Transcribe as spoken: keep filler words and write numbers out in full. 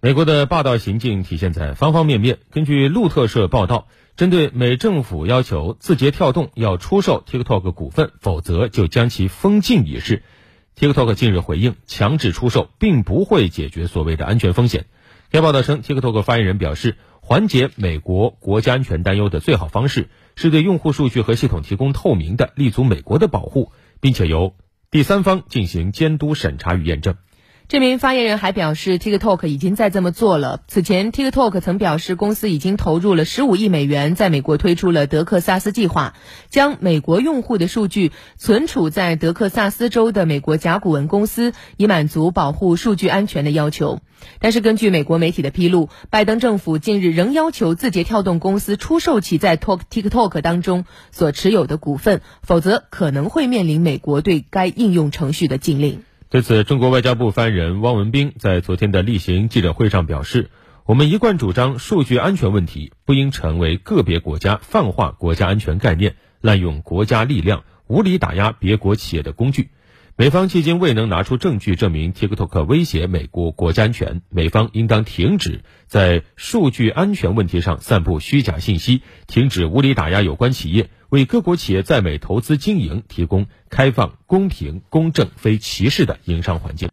美国的霸道行径体现在方方面面。根据路透社报道，针对美政府要求字节跳动要出售 TikTok 股份，否则就将其封禁一事， TikTok 近日回应，强制出售并不会解决所谓的安全风险。该报道称， TikTok 发言人表示，缓解美国国家安全担忧的最好方式是对用户数据和系统提供透明的、立足美国的保护，并且由第三方进行监督审查与验证。 这名发言人还表示 TikTok 已经在这么做了。此前 TikTok 曾表示，公司已经投入了十五亿美元，在美国推出了德克萨斯计划，将美国用户的数据存储在德克萨斯州的美国甲骨文公司，以满足保护数据安全的要求。但是根据美国媒体的披露，拜登政府近日仍要求字节跳动公司出售其在 TikTok 当中所持有的股份，否则可能会面临美国对该应用程序的禁令。 对此，中国外交部发言人汪文斌在昨天的例行记者会上表示，我们一贯主张数据安全问题不应成为个别国家泛化国家安全概念、滥用国家力量、无理打压别国企业的工具。美方迄今未能拿出证据证明 TikTok 威胁美国国家安全，美方应当停止在数据安全问题上散布虚假信息，停止无理打压有关企业，为各国企业在美投资经营提供开放、公平、公正、非歧视的营商环境。